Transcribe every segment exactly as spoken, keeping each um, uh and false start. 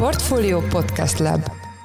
Portfolio Podcast Lab.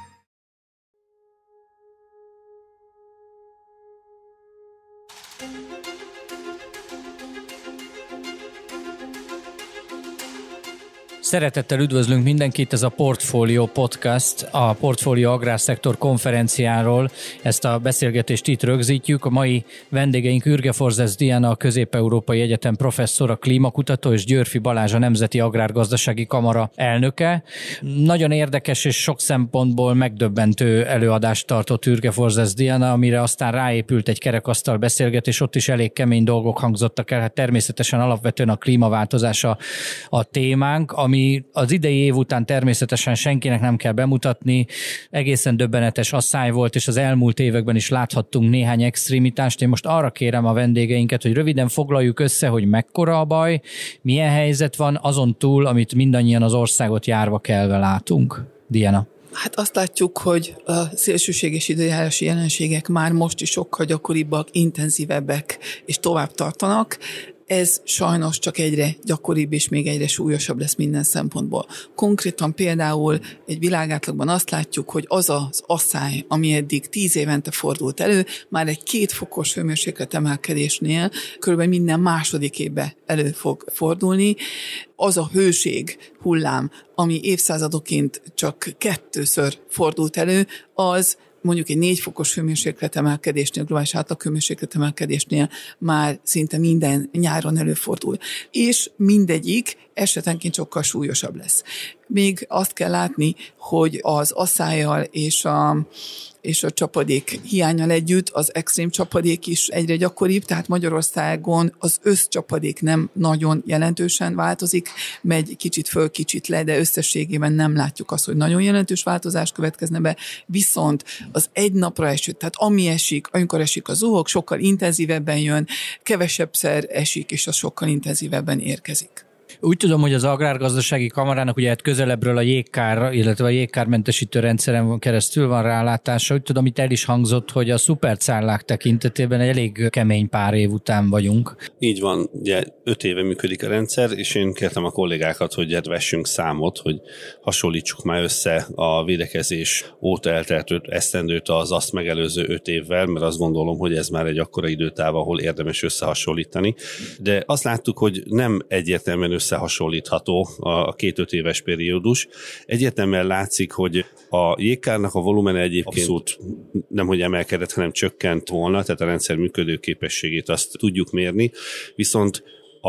Szeretettel üdvözlünk mindenkit, ez a Portfolio Podcast, a Portfolio Agrárszektor konferenciáról. Ezt a beszélgetést itt rögzítjük. A mai vendégeink Ürge Forzesz Diana, a Közép-Európai Egyetem professzora, klímakutató, és Győrfi Balázs, a Nemzeti Agrárgazdasági Kamara elnöke. Nagyon érdekes és sok szempontból megdöbbentő előadást tartott Ürge Forzesz Diana, amire aztán ráépült egy kerekasztal beszélgetés, ott is elég kemény dolgok hangzottak el. Hát természetesen alapvetően a klímaváltozás a, a témánk, ami az idei év után természetesen senkinek nem kell bemutatni. Egészen döbbenetes asszály volt, és az elmúlt években is láthattunk néhány extrémitást. Én most arra kérem a vendégeinket, hogy röviden foglaljuk össze, hogy mekkora a baj, milyen helyzet van azon túl, amit mindannyian az országot járva kelve látunk. Diana. Hát azt látjuk, hogy a szélsőséges időjárási jelenségek már most is sokkal gyakoribbak, intenzívebbek és tovább tartanak. Ez sajnos csak egyre gyakoribb és még egyre súlyosabb lesz minden szempontból. Konkrétan például egy világátlagban azt látjuk, hogy az az asszály, ami eddig tíz évente fordult elő, már egy két fokos hőmérséklet emelkedésnél körülbelül minden második évben elő fog fordulni. Az a hőség hullám, ami évszázadoként csak kettőször fordult elő, az mondjuk egy négy fokos hőmérséklet emelkedésnél, globális átlag hőmérséklet emelkedésnél már szinte minden nyáron előfordul. És mindegyik esetenként sokkal súlyosabb lesz. Még azt kell látni, hogy az asszállyal és a és a csapadék hiánnyal együtt az extrém csapadék is egyre gyakoribb, tehát Magyarországon az összcsapadék nem nagyon jelentősen változik, megy kicsit föl, kicsit le, de összességében nem látjuk azt, hogy nagyon jelentős változás következne be, viszont az egy napra eső, tehát ami esik, amikor esik a zuhok, sokkal intenzívebben jön, kevesebbszer esik, és az sokkal intenzívebben érkezik. Úgy tudom, hogy az Agrárgazdasági Kamarának ugye közelebbről a jégkár, illetve a jégkármentesítő rendszeren keresztül van rálátása. Úgy tudom, itt el is hangzott, hogy a szupercellák tekintetében egy elég kemény pár év után vagyunk. Így van, ugye öt éve működik a rendszer, és én kértem a kollégákat, hogy hát vessünk számot, hogy hasonlítsuk már össze a védekezés óta eltelt öt esztendőt az azt megelőző öt évvel, mert azt gondolom, hogy ez már egy akkora időtáv, ahol érdemes összehasonlítani. De azt láttuk, hogy nem egyértelműen összehasonlítható a két-öt éves periódus. Egyértelműen látszik, hogy a jégkárnak a volumene egyébként abszolút nemhogy emelkedett, hanem csökkent volna, tehát a rendszer működőképességét azt tudjuk mérni, viszont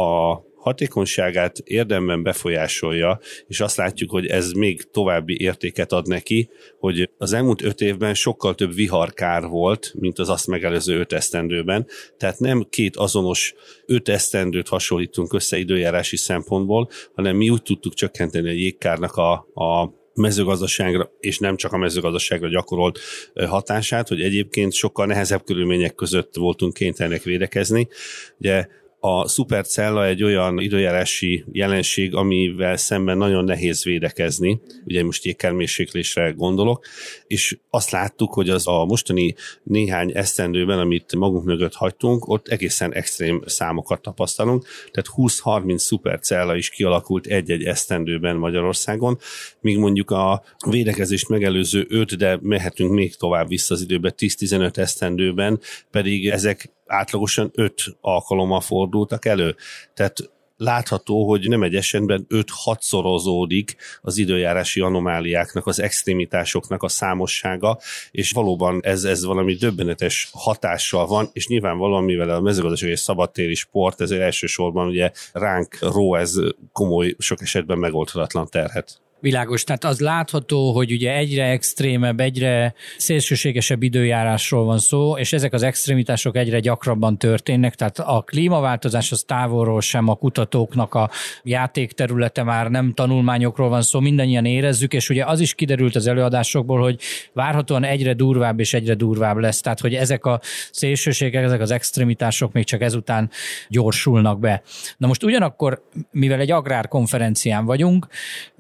a hatékonyságát érdemben befolyásolja, és azt látjuk, hogy ez még további értéket ad neki, hogy az elmúlt öt évben sokkal több viharkár volt, mint az azt megelőző öt esztendőben, tehát nem két azonos öt esztendőt hasonlítunk össze időjárási szempontból, hanem mi úgy tudtuk csökkenteni a jégkárnak a, a mezőgazdaságra, és nem csak a mezőgazdaságra gyakorolt hatását, hogy egyébként sokkal nehezebb körülmények között voltunk kénytelenek védekezni. Ugye a szupercella egy olyan időjárási jelenség, amivel szemben nagyon nehéz védekezni, ugye most jégkármérséklésre gondolok, és azt láttuk, hogy az a mostani néhány esztendőben, amit magunk mögött hagytunk, ott egészen extrém számokat tapasztalunk, tehát húsz-harminc szupercella is kialakult egy-egy esztendőben Magyarországon, míg mondjuk a védekezést megelőző öt, de mehetünk még tovább vissza az időbe, tíz-tizenöt esztendőben, pedig ezek átlagosan öt alkalommal fordultak elő. Tehát látható, hogy nem egy esetben öt-hatszorozódik az időjárási anomáliáknak, az extremitásoknak a számossága, és valóban ez, ez valami döbbenetes hatással van, és nyilvánvalóan, mivel a mezőgazdaság és szabadtéri sport, ezért elsősorban ugye ránk ró ez komoly, sok esetben megoldhatatlan terhet. Világos, tehát az látható, hogy ugye egyre extrémebb, egyre szélsőségesebb időjárásról van szó, és ezek az extrémitások egyre gyakrabban történnek, tehát a klímaváltozás az távolról sem a kutatóknak a játékterülete, már nem tanulmányokról van szó, mindannyian érezzük, és ugye az is kiderült az előadásokból, hogy várhatóan egyre durvább és egyre durvább lesz, tehát hogy ezek a szélsőségek, ezek az extrémitások még csak ezután gyorsulnak be. Na most ugyanakkor, mivel egy agrárkonferencián vagyunk, mégiscsak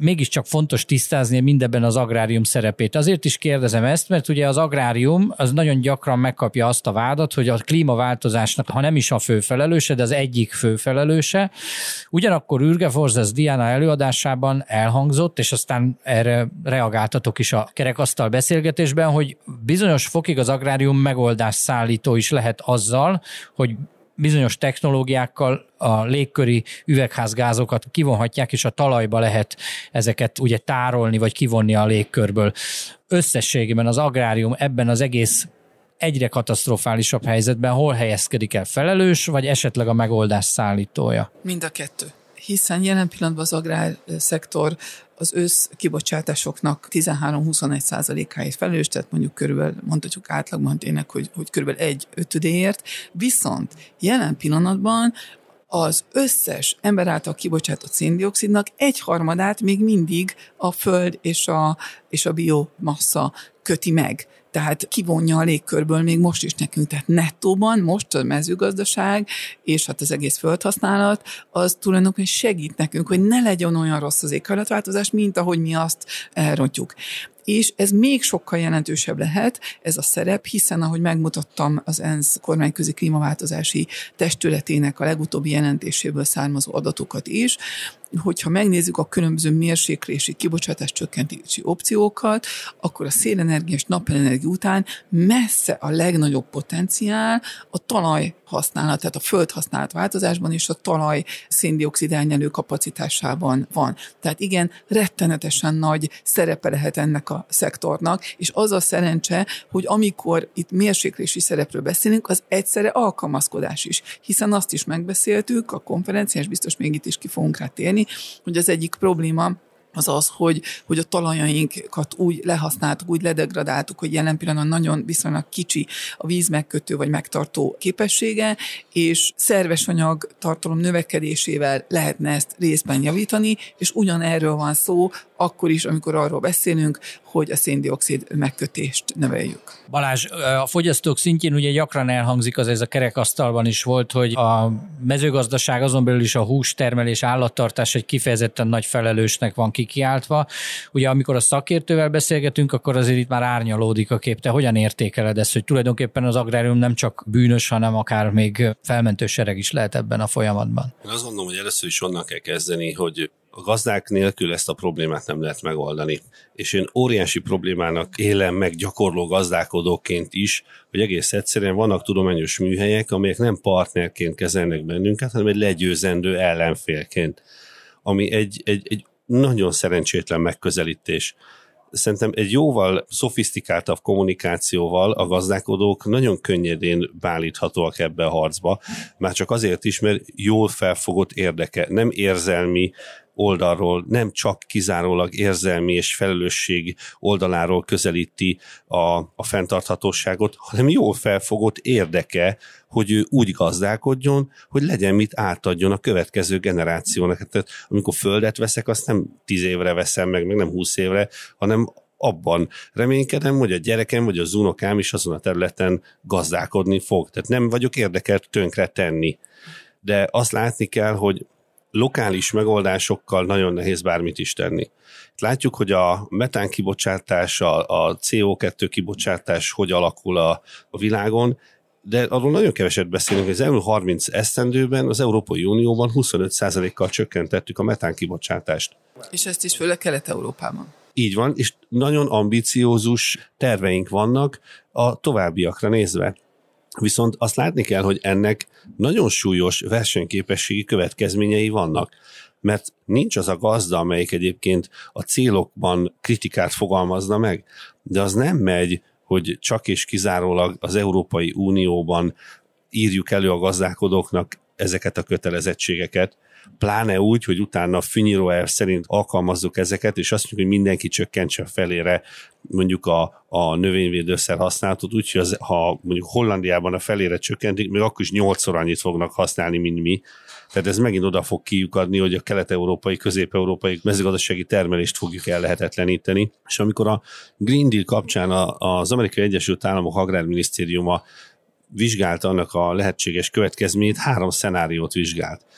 fontos tisztázni mindebben az agrárium szerepét. Azért is kérdezem ezt, mert ugye az agrárium az nagyon gyakran megkapja azt a vádat, hogy a klímaváltozásnak, ha nem is a főfelelőse, de az egyik főfelelőse. Ugyanakkor Ürge Forzesz Diana előadásában elhangzott, és aztán erre reagáltatok is a kerekasztal beszélgetésben, hogy bizonyos fokig az agrárium megoldás szállító is lehet azzal, hogy bizonyos technológiákkal a légköri üvegházgázokat kivonhatják, és a talajba lehet ezeket ugye tárolni, vagy kivonni a légkörből. Összességében az agrárium ebben az egész egyre katasztrofálisabb helyzetben hol helyezkedik el, felelős, vagy esetleg a megoldás szállítója? Mind a kettő. Hiszen jelen pillanatban az agrárszektor az össz kibocsátásoknak tizenhárom-huszonegy százalékáért felelős, tehát mondjuk körülbelül, mondhatjuk átlagban tényleg, hogy, hogy körülbelül egy ötödéért, viszont jelen pillanatban az összes ember által kibocsátott széndioxidnak egyharmadát még mindig a föld és a, és a biomassa köti meg. Tehát kivonja a légkörből még most is nekünk. Tehát nettóban most a mezőgazdaság és hát az egész földhasználat az tulajdonképpen segít nekünk, hogy ne legyen olyan rossz az éghajlatváltozás, mint ahogy mi azt elrontjuk. És ez még sokkal jelentősebb lehet, ez a szerep, hiszen ahogy megmutattam az ENSZ kormányközi klímaváltozási testületének a legutóbbi jelentéséből származó adatokat is, hogyha megnézzük a különböző mérséklési, kibocsátás csökkentési opciókat, akkor a szélenergia és napelenergia után messze a legnagyobb potenciál a talaj használat, tehát a föld használat változásban és a talaj széndioxid elnyelő kapacitásában van. Tehát igen, rettenetesen nagy szerepe lehet ennek a szektornak, és az a szerencse, hogy amikor itt mérséklési szerepről beszélünk, az egyszerre alkalmazkodás is, hiszen azt is megbeszéltük a konferencián, és biztos még itt is ki fogunk rá térni, hogy az egyik probléma az az, hogy, hogy a talajainkat úgy lehasználtuk, úgy ledegradáltuk, hogy jelen pillanatban nagyon viszonylag kicsi a víz megkötő vagy megtartó képessége, és szerves anyag tartalom növekedésével lehetne ezt részben javítani, és ugyanerről van szó, akkor is, amikor arról beszélünk, hogy a széndioxid megkötést növeljük. Balázs, a fogyasztók szintjén ugye gyakran elhangzik, az ez a kerekasztalban is volt, hogy a mezőgazdaság, azon belül is a hústermelés, állattartás egy kifejezetten nagy felelősnek van kikiáltva. Ugye amikor a szakértővel beszélgetünk, akkor azért itt már árnyalódik a kép. Te hogyan értékeled ezt, hogy tulajdonképpen az agrárium nem csak bűnös, hanem akár még felmentő sereg is lehet ebben a folyamatban? Én azt gondolom, hogy először is onnan kell kezdeni, hogy a gazdák nélkül ezt a problémát nem lehet megoldani. És én óriási problémának élem meg gyakorló gazdálkodóként is, hogy egész egyszerűen vannak tudományos műhelyek, amelyek nem partnerként kezelnek bennünket, hanem egy legyőzendő ellenfélként, ami egy, egy, egy nagyon szerencsétlen megközelítés. Szerintem egy jóval szofisztikáltabb kommunikációval a gazdálkodók nagyon könnyedén beállíthatóak ebbe a harcba, már csak azért is, mert jól felfogott érdeke, nem érzelmi oldalról, nem csak kizárólag érzelmi és felelősség oldaláról közelíti a, a fenntarthatóságot, hanem jól felfogott érdeke, hogy ő úgy gazdálkodjon, hogy legyen mit átadjon a következő generációnak. Tehát amikor földet veszek, azt nem tíz évre veszem meg, meg nem húsz évre, hanem abban reménykedem, hogy a gyerekem vagy az unokám is azon a területen gazdálkodni fog. Tehát nem vagyok érdekelt tönkre tenni. De azt látni kell, hogy lokális megoldásokkal nagyon nehéz bármit is tenni. Látjuk, hogy a metán kibocsátás, a cé o kettő kibocsátás hogy alakul a, a világon, de arról nagyon keveset beszélünk, hogy az elmúlt harminc esztendőben az Európai Unióban huszonöt százalékkal csökkentettük a metán kibocsátást. És ezt is főleg Kelet-Európában. Így van, és nagyon ambiciózus terveink vannak a továbbiakra nézve. Viszont azt látni kell, hogy ennek nagyon súlyos versenyképességi következményei vannak, mert nincs az a gazda, amelyik egyébként a célokban kritikát fogalmazna meg, de az nem megy, hogy csak és kizárólag az Európai Unióban írjuk elő a gazdálkodóknak ezeket a kötelezettségeket, pláne úgy, hogy utána a Fűnyíró szerint alkalmazzuk ezeket, és azt mondjuk, hogy mindenki csökkentse felére mondjuk a, a növényvédőszer használatot, úgyhogy az, ha mondjuk Hollandiában a felére csökkentik, még akkor is nyolcszor annyit fognak használni, mint mi. Tehát ez megint oda fog kiukadni, hogy a kelet-európai, közép-európai mezőgazdasági termelést fogjuk ellehetetleníteni. És amikor a Green Deal kapcsán az Amerikai Egyesült Államok Agrárminisztériuma vizsgálta annak a lehetséges következményét, három szenáriót vizsgált.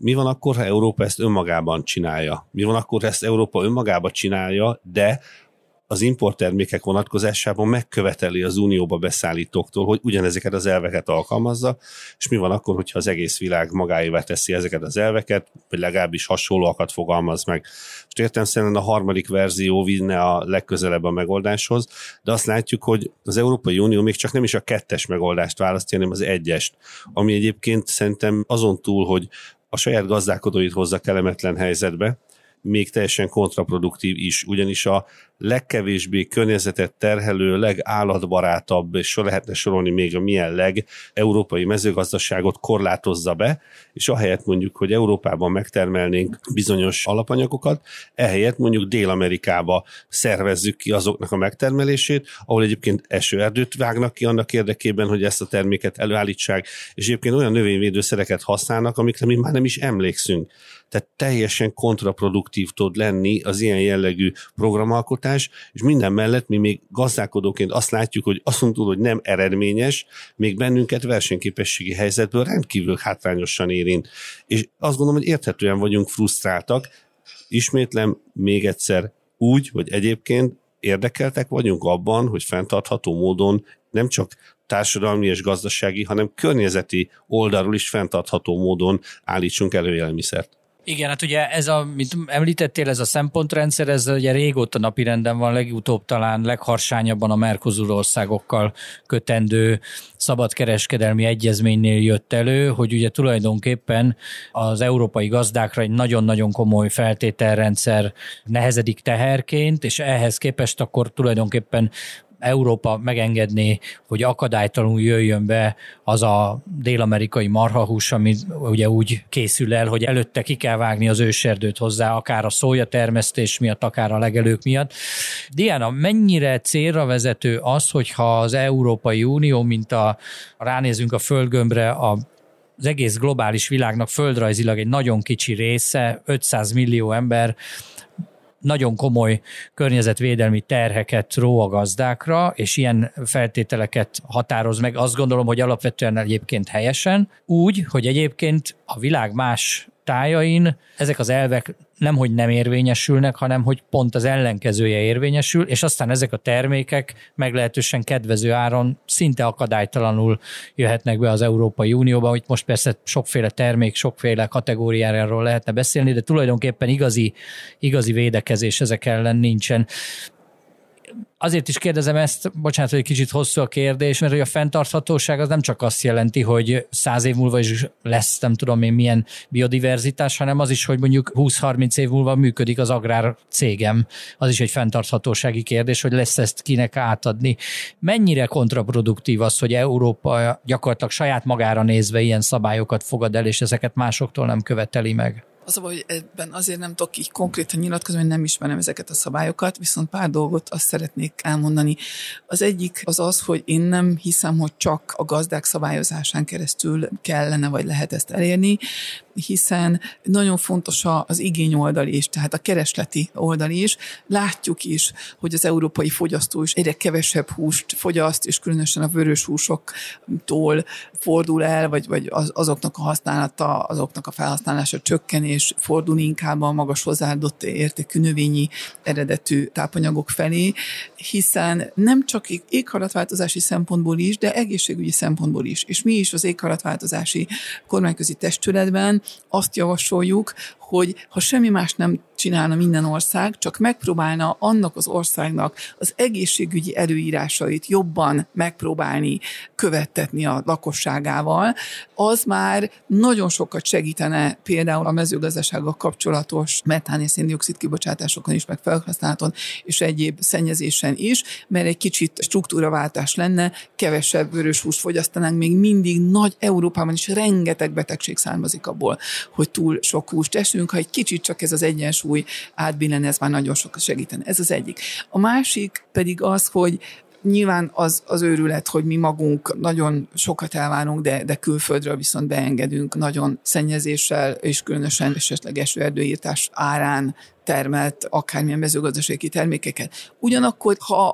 Mi van akkor, ha Európa ezt önmagában csinálja? Mi van akkor, ha ezt Európa önmagában csinálja, de az importtermékek vonatkozásában megköveteli az unióba beszállítóktól, hogy ugyanezeket az elveket alkalmazza, és mi van akkor, hogyha az egész világ magáévá teszi ezeket az elveket, vagy legalábbis hasonlóakat fogalmaz meg. Most értelemszerűen a harmadik verzió vinne a legközelebb a megoldáshoz, de azt látjuk, hogy az Európai Unió még csak nem is a kettes megoldást választja, hanem az egyest, ami egyébként szerintem azon túl, hogy a saját gazdálkodóit hozza kellemetlen helyzetbe, még teljesen kontraproduktív is, ugyanis a legkevésbé környezetet terhelő, legállatbarátabb, és so lehetne sorolni még a milyen leg-európai mezőgazdaságot korlátozza be, és ahelyett mondjuk, hogy Európában megtermelnénk bizonyos alapanyagokat, ehelyett mondjuk Dél-Amerikába szervezzük ki azoknak a megtermelését, ahol egyébként esőerdőt vágnak ki annak érdekében, hogy ezt a terméket előállítsák, és egyébként olyan növényvédőszereket használnak, amikre mi már nem is emlékszünk. Tehát teljesen kontraproduktív tud lenni az ilyen jellegű programalkotás, és minden mellett mi még gazdálkodóként azt látjuk, hogy azon túl, hogy nem eredményes, még bennünket versenyképességi helyzetből rendkívül hátrányosan érint. És azt gondolom, hogy érthetően vagyunk frusztráltak. Ismétlem még egyszer úgy, hogy egyébként érdekeltek vagyunk abban, hogy fenntartható módon nem csak társadalmi és gazdasági, hanem környezeti oldalról is fenntartható módon állítsunk elő élelmiszert. Igen, hát ugye ez a, mint említettél, ez a szempontrendszer, ez ugye régóta napirenden van, legutóbb talán legharsányabban a Mercosur országokkal kötendő szabadkereskedelmi egyezménynél jött elő, hogy ugye tulajdonképpen az európai gazdákra egy nagyon-nagyon komoly feltételrendszer nehezedik teherként, és ehhez képest akkor tulajdonképpen Európa megengedné, hogy akadálytalanul jöjjön be az a dél-amerikai marhahús, ami ugye úgy készül el, hogy előtte ki kell vágni az őserdőt hozzá, akár a szójatermesztés miatt, akár a legelők miatt. Diana, mennyire célra vezető az, hogyha az Európai Unió, mint a, ránézünk a földgömbre, a az egész globális világnak földrajzilag egy nagyon kicsi része, ötszáz millió ember, nagyon komoly környezetvédelmi terheket ró a gazdákra, és ilyen feltételeket határoz meg, azt gondolom, hogy alapvetően egyébként helyesen, úgy, hogy egyébként a világ más tájain ezek az elvek nemhogy nem érvényesülnek, hanem hogy pont az ellenkezője érvényesül, és aztán ezek a termékek meglehetősen kedvező áron szinte akadálytalanul jöhetnek be az Európai Unióba, hogy most persze sokféle termék, sokféle kategóriáról lehetne beszélni, de tulajdonképpen igazi, igazi védekezés ezek ellen nincsen. Azért is kérdezem ezt, bocsánat, hogy egy kicsit hosszú a kérdés, mert a fenntarthatóság az nem csak azt jelenti, hogy száz év múlva is lesz, nem tudom én milyen biodiverzitás, hanem az is, hogy mondjuk húsz-harminc év múlva működik az agrár cégem. Az is egy fenntarthatósági kérdés, hogy lesz ezt kinek átadni. Mennyire kontraproduktív az, hogy Európa gyakorlatilag saját magára nézve ilyen szabályokat fogad el, és ezeket másoktól nem követeli meg? Az, hogy ebben azért nem tudok így konkrétan nyilatkozni, hogy nem ismerem ezeket a szabályokat, viszont pár dolgot azt szeretnék elmondani. Az egyik az az, hogy én nem hiszem, hogy csak a gazdák szabályozásán keresztül kellene vagy lehet ezt elérni, hiszen nagyon fontos az igény oldal is, tehát a keresleti oldal is. Látjuk is, hogy az európai fogyasztó is egyre kevesebb húst fogyaszt, és különösen a vörös húsoktól fordul el, vagy, vagy az, azoknak a használata, azoknak a felhasználása csökken, és fordul inkább a magas hozzáadott értékű növényi eredetű tápanyagok felé, hiszen nem csak éghajlatváltozási szempontból is, de egészségügyi szempontból is. És mi is az éghajlatváltozási kormányközi testületben azt javasoljuk, hogy ha semmi más nem csinálna minden ország, csak megpróbálna annak az országnak az egészségügyi előírásait jobban megpróbálni követtetni a lakosságával, az már nagyon sokat segítene például a mezőgazdasággal kapcsolatos metán és szén-dioxid kibocsátásokon is, meg felhasználaton és egyéb szennyezésen is, mert egy kicsit struktúraváltás lenne, kevesebb vörös húst fogyasztanánk, még mindig nagy Európában is rengeteg betegség származik abból, hogy túl sok húst esünk, ha egy kicsit csak ez az egyensúly átbillene, ez már nagyon sokat segítene. Ez az egyik. A másik pedig az, hogy nyilván az, az őrület, hogy mi magunk nagyon sokat elvárunk, de, de külföldről viszont beengedünk nagyon szennyezéssel, és különösen esetleg esőerdőírtás árán termelt akármilyen mezőgazdasági termékeket. Ugyanakkor, ha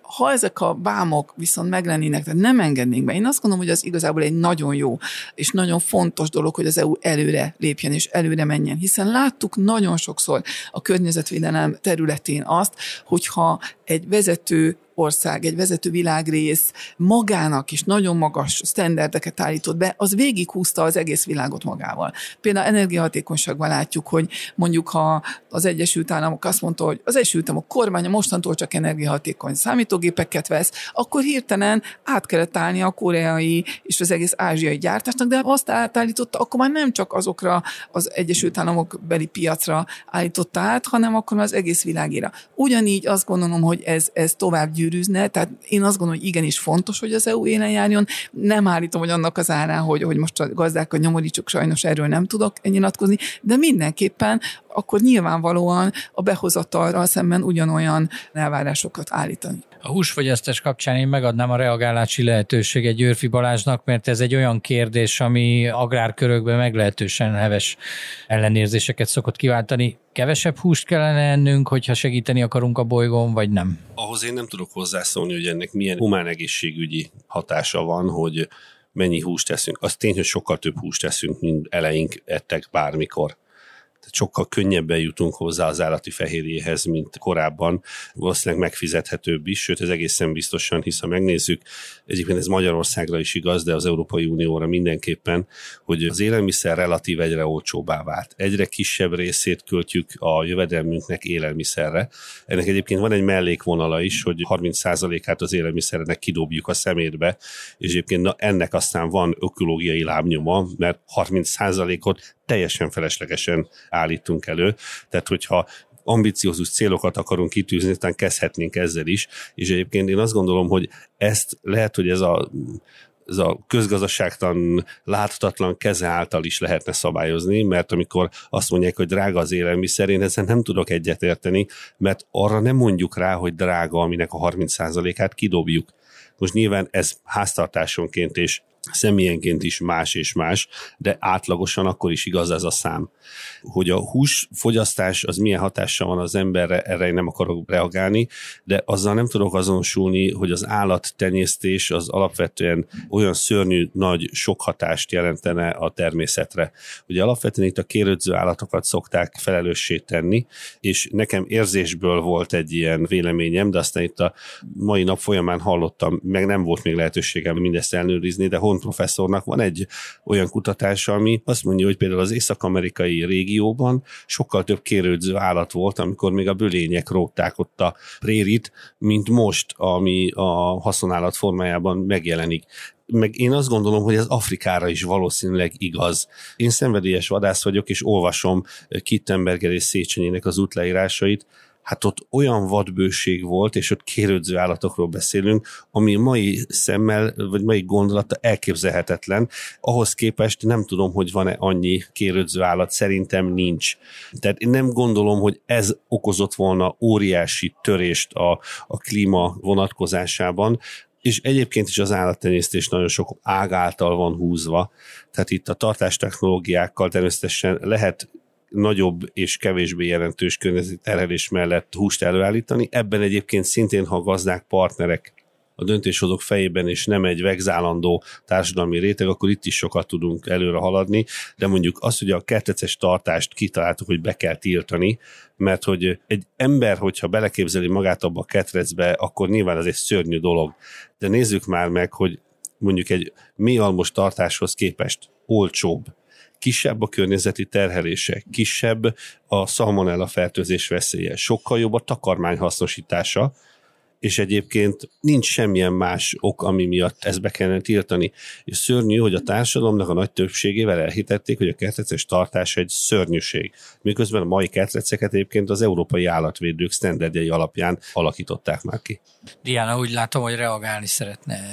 ha ezek a vámok viszont meglennének, tehát nem engednénk be, én azt gondolom, hogy az igazából egy nagyon jó és nagyon fontos dolog, hogy az é u előre lépjen és előre menjen, hiszen láttuk nagyon sokszor a környezetvédelem területén azt, hogyha egy vezető ország, egy vezető világrész magának is nagyon magas sztenderdeket állított be, az végighúzta az egész világot magával. Például energiahatékonyságban látjuk, hogy mondjuk ha az Egyesült Államok azt mondta, hogy az Egyesült Államok kormánya mostantól csak energiahatékony számítógépeket vesz, akkor hirtelen át kellett állni a koreai és az egész ázsiai gyártásnak, de azt átállította, akkor már nem csak azokra az Egyesült Államok beli piacra állította át, hanem akkor az egész világira. Ugyanígy azt gondolom, hogy ez, ez tovább gyűrűzne, tehát én azt gondolom, hogy igenis fontos, hogy az é u élen járjon. Nem állítom, hogy annak az árán, hogy, hogy most a gazdákat nyomorítsuk, sajnos erről nem tudok nyilatkozni, de mindenképpen akkor nyilvánvalóan a behozatalral szemben ugyanolyan elvárásokat állítani. A húsfogyasztás kapcsán én megadnám a reagálási lehetőséget Győrfi Balázsnak, mert ez egy olyan kérdés, ami agrárkörökben meglehetősen heves ellenérzéseket szokott kiváltani. Kevesebb húst kellene ennünk, hogyha segíteni akarunk a bolygón, vagy nem? Ahhoz én nem tudok hozzászólni, hogy ennek milyen humán egészségügyi hatása van, hogy mennyi húst teszünk. Az tény, hogy sokkal több húst teszünk, mint eleink ettek bármikor. Sokkal könnyebben jutunk hozzá az állati fehérjéhez, mint korábban. Valószínűleg megfizethetőbb is, sőt ez egészen biztosan, hisz ha megnézzük, egyébként ez Magyarországra is igaz, de az Európai Unióra mindenképpen, hogy az élelmiszer relatív egyre olcsóbbá vált. Egyre kisebb részét költjük a jövedelmünknek élelmiszerre. Ennek egyébként van egy mellékvonala is, hogy harminc százalékát az élelmiszernek kidobjuk a szemétbe, és egyébként na, ennek aztán van ökológiai lábnyoma, mert harminc százalékot teljesen feleslegesen állítunk elő. Tehát, hogyha ambiciózus célokat akarunk kitűzni, aztán kezdhetnénk ezzel is, és egyébként én azt gondolom, hogy ezt lehet, hogy ez a, ez a közgazdaságtan, láthatatlan keze által is lehetne szabályozni, mert amikor azt mondják, hogy drága az élelmiszer, én ezen nem tudok egyetérteni, mert arra nem mondjuk rá, hogy drága, aminek a harminc százalékát kidobjuk. Most nyilván ez háztartásonként és személyenként is más és más, de átlagosan akkor is igaz ez a szám. Hogy a húsfogyasztás az milyen hatással van az emberre, erre én nem akarok reagálni, de azzal nem tudok azonosulni, hogy az állattenyésztés az alapvetően olyan szörnyű nagy sok hatást jelentene a természetre. Ugye alapvetően itt a kérődző állatokat szokták felelőssé tenni, és nekem érzésből volt egy ilyen véleményem, de aztán itt a mai nap folyamán hallottam, meg nem volt még lehetőségem mindezt ellenőrizni, de Hont professzornak van egy olyan kutatása, ami azt mondja, hogy például az észak-amerikai régióban sokkal több kérődző állat volt, amikor még a bölények rótták ott a prérit, mint most, ami a haszonállat formájában megjelenik. Meg én azt gondolom, hogy ez Afrikára is valószínűleg igaz. Én szenvedélyes vadász vagyok, és olvasom Kittenberger és Széchenyének az útleírásait. Hát ott olyan vadbőség volt, és ott kérődző állatokról beszélünk, ami mai szemmel, vagy mai gondolata elképzelhetetlen. Ahhoz képest nem tudom, hogy van-e annyi kérődző állat, szerintem nincs. Tehát én nem gondolom, hogy ez okozott volna óriási törést a, a klíma vonatkozásában, és egyébként is az állattenyésztés nagyon sok ág által van húzva. Tehát itt a tartástechnológiákkal természetesen lehet nagyobb és kevésbé jelentős környezeti terhelés mellett húst előállítani. Ebben egyébként szintén, ha a gazdák partnerek a döntéshozók fejében, és nem egy vegzálandó társadalmi réteg, akkor itt is sokat tudunk előre haladni, de mondjuk az, hogy a kerteceses tartást kitaláltuk, hogy be kell tiltani, mert hogy egy ember, hogyha beleképzeli magát abba a ketrecbe, akkor nyilván ez egy szörnyű dolog. De nézzük már meg, hogy mondjuk egy mélyalmos tartáshoz képest olcsóbb, kisebb a környezeti terhelése, kisebb a szalmonella fertőzés veszélye, sokkal jobb a takarmány hasznosítása, és egyébként nincs semmilyen más ok, ami miatt ezt be kellene tiltani. És szörnyű, hogy a társadalomnak a nagy többségével elhitették, hogy a kerteceses tartás egy szörnyűség. Miközben a mai kertreceket egyébként az európai állatvédők sztenderdjei alapján alakították már ki. Diana, úgy látom, hogy reagálni szeretne erre.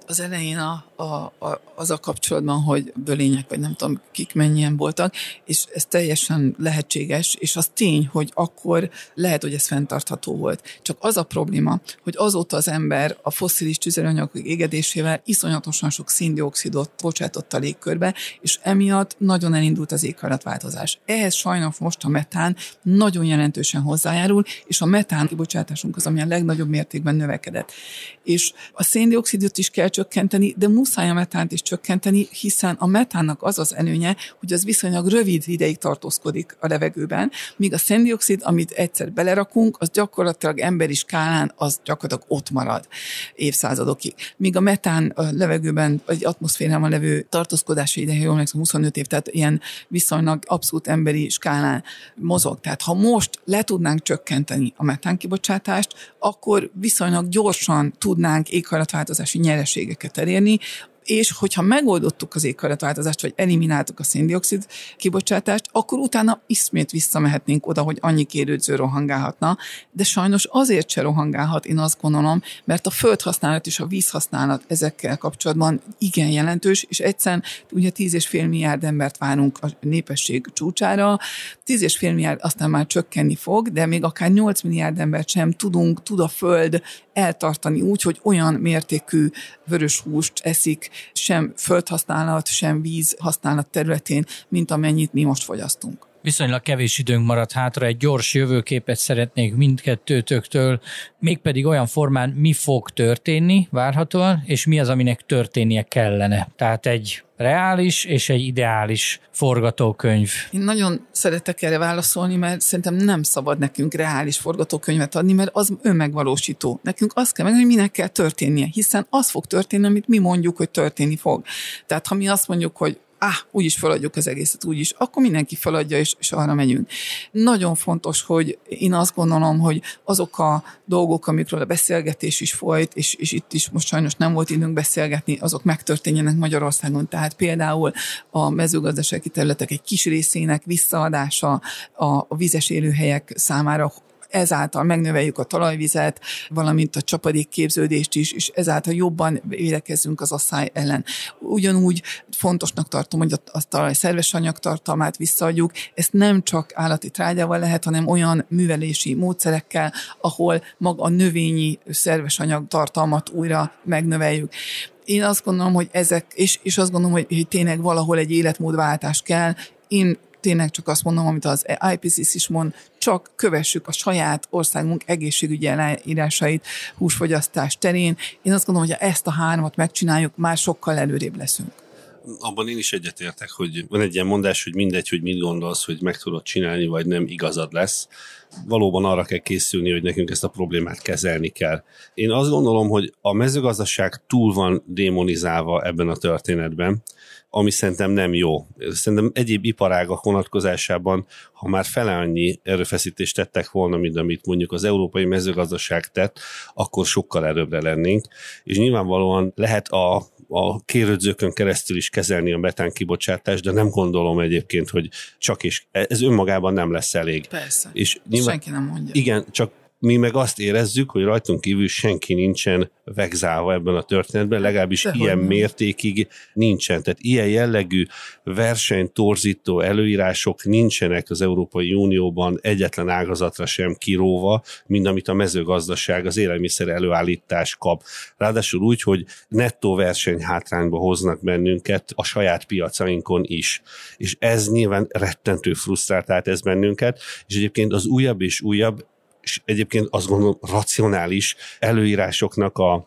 Az elején a, a, a, az a kapcsolatban, hogy bölények, vagy nem tudom, kik mennyien voltak, és ez teljesen lehetséges, és az tény, hogy akkor lehet, hogy ez fenntartható volt. Csak az a probléma, hogy azóta az ember a fosszilis tüzelőanyagok égedésével iszonyatosan sok szén-dioxidot bocsátott a légkörbe, és emiatt nagyon elindult az éghajlatváltozás. Ehhez sajnos most a metán nagyon jelentősen hozzájárul, és a metán kibocsátásunk az, ami a legnagyobb mértékben növekedett. És a szén-dioxidot is kell csökkenteni, de muszáj a metánt is csökkenteni, hiszen a metánnak az az előnye, hogy az viszonylag rövid ideig tartózkodik a levegőben, míg a szén-dioxid, amit egyszer belerakunk, az gyakorlatilag emberi skálán, az gyakorlatilag ott marad évszázadokig. Míg a metán a levegőben, vagy atmoszférában levő tartózkodási ideje, jól emlékszem, huszonöt év, tehát ilyen viszonylag abszolút emberi skálán mozog. Tehát ha most le tudnánk csökkenteni a metán kibocsátást, akkor viszonylag gyorsan tudnánk éghajlatváltozási nyereségeket elérni, és hogyha megoldottuk az éghajlatváltozást, vagy elimináltuk a szén-dioxid kibocsátást, akkor utána ismét visszamehetnénk oda, hogy annyi kérődző rohangálhatna, de sajnos azért se rohangálhat, én azt gondolom, mert a földhasználat és a vízhasználat ezekkel kapcsolatban igen jelentős, és egyszerűen ugye tíz és fél milliárd embert várunk a népesség csúcsára, tíz és fél milliárd aztán már csökkenni fog, de még akár nyolc milliárd embert sem tudunk, tud a föld eltartani úgy, hogy olyan mértékű vörös húst eszik, sem földhasználat, sem vízhasználat területén, mint amennyit mi most fogyasztunk. Viszonylag kevés időnk maradt hátra, egy gyors jövőképet szeretnék mindkettőtöktől, mégpedig olyan formán, mi fog történni várhatóan, és mi az, aminek történnie kellene. Tehát egy reális és egy ideális forgatókönyv. Én nagyon szeretek erre válaszolni, mert szerintem nem szabad nekünk reális forgatókönyvet adni, mert az önmegvalósító. Nekünk azt kell megmondani, hogy minek kell történnie, hiszen az fog történni, amit mi mondjuk, hogy történni fog. Tehát ha mi azt mondjuk, hogy ah, úgyis feladjuk az egészet, úgyis, akkor mindenki feladja, és, és arra megyünk. Nagyon fontos, hogy én azt gondolom, hogy azok a dolgok, amikről a beszélgetés is folyt, és, és itt is most sajnos nem volt időnk beszélgetni, azok megtörténjenek Magyarországon. Tehát például a mezőgazdasági területek egy kis részének visszaadása a vizes élőhelyek számára, ezáltal megnöveljük a talajvizet, valamint a csapadékképződést is, és ezáltal jobban védekezzünk az asszály ellen. Ugyanúgy fontosnak tartom, hogy a talaj szerves anyagtartalmát visszaadjuk. Ezt nem csak állati trágyával lehet, hanem olyan művelési módszerekkel, ahol maga a növényi szerves anyagtartalmat újra megnöveljük. Én azt gondolom, hogy ezek, és, és azt gondolom, hogy, hogy tényleg valahol egy életmódváltás kell. Én tényleg csak azt mondom, amit az I P C C is mond, csak kövessük a saját országunk egészségügyi elírásait húsfogyasztás terén. Én azt gondolom, hogy ha ezt a hármat megcsináljuk, már sokkal előrébb leszünk. Abban én is egyetértek, hogy van egy ilyen mondás, hogy mindegy, hogy mit gondolsz, hogy meg tudod csinálni, vagy nem, igazad lesz. Valóban arra kell készülni, hogy nekünk ezt a problémát kezelni kell. Én azt gondolom, hogy a mezőgazdaság túl van démonizálva ebben a történetben, ami szerintem nem jó. Szerintem egyéb iparágak vonatkozásában, ha már fele annyi erőfeszítést tettek volna, mint amit mondjuk az európai mezőgazdaság tett, akkor sokkal erőbbre lennénk. És nyilvánvalóan lehet a, a kérődzőkön keresztül is kezelni a metán kibocsátást, de nem gondolom egyébként, hogy csak is, ez önmagában nem lesz elég. Persze, és nyilván, senki nem mondja. Igen, csak mi meg azt érezzük, hogy rajtunk kívül senki nincsen vegzálva ebben a történetben, legalábbis de ilyen mértékig nincsen. Tehát ilyen jellegű versenytorzító előírások nincsenek az Európai Unióban egyetlen ágazatra sem kiróva, mint amit a mezőgazdaság, az élelmiszer előállítás kap. Ráadásul úgy, hogy nettó versenyhátrányba hoznak bennünket a saját piacainkon is. És ez nyilván rettentő frusztrált ez bennünket, és egyébként az újabb és újabb, és egyébként azt gondolom racionális előírásoknak a,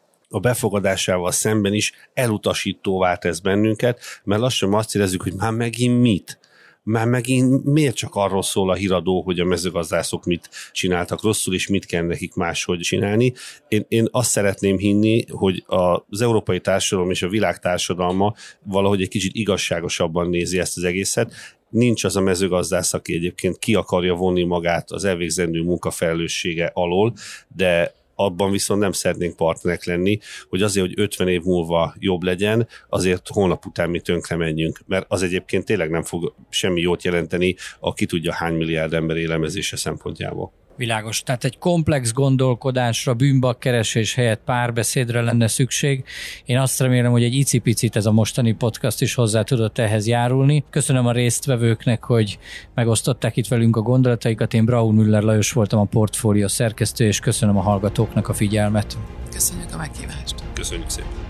a befogadásával szemben is elutasítóvá tesz bennünket, mert lassan azt érezzük, hogy már megint mit? Már megint miért csak arról szól a híradó, hogy a mezőgazdászok mit csináltak rosszul, és mit kell nekik máshogy csinálni. Én, én azt szeretném hinni, hogy az európai társadalom és a világ társadalma valahogy egy kicsit igazságosabban nézi ezt az egészet. Nincs az a mezőgazdász, aki egyébként ki akarja vonni magát az elvégzendő munkafelelőssége alól, de abban viszont nem szeretnénk partnerek lenni, hogy azért, hogy ötven év múlva jobb legyen, azért holnap után mi tönkre menjünk, mert az egyébként tényleg nem fog semmi jót jelenteni a ki tudja hány milliárd ember élelmezése szempontjából. Világos. Tehát egy komplex gondolkodásra, bűnbakkeresés helyett párbeszédre lenne szükség. Én azt remélem, hogy egy icipicit ez a mostani podcast is hozzá tudott ehhez járulni. Köszönöm a résztvevőknek, hogy megosztották itt velünk a gondolataikat. Én Braun Müller Lajos voltam, a Portfólió szerkesztő, és köszönöm a hallgatóknak a figyelmet. Köszönjük a meghívást. Köszönjük szépen.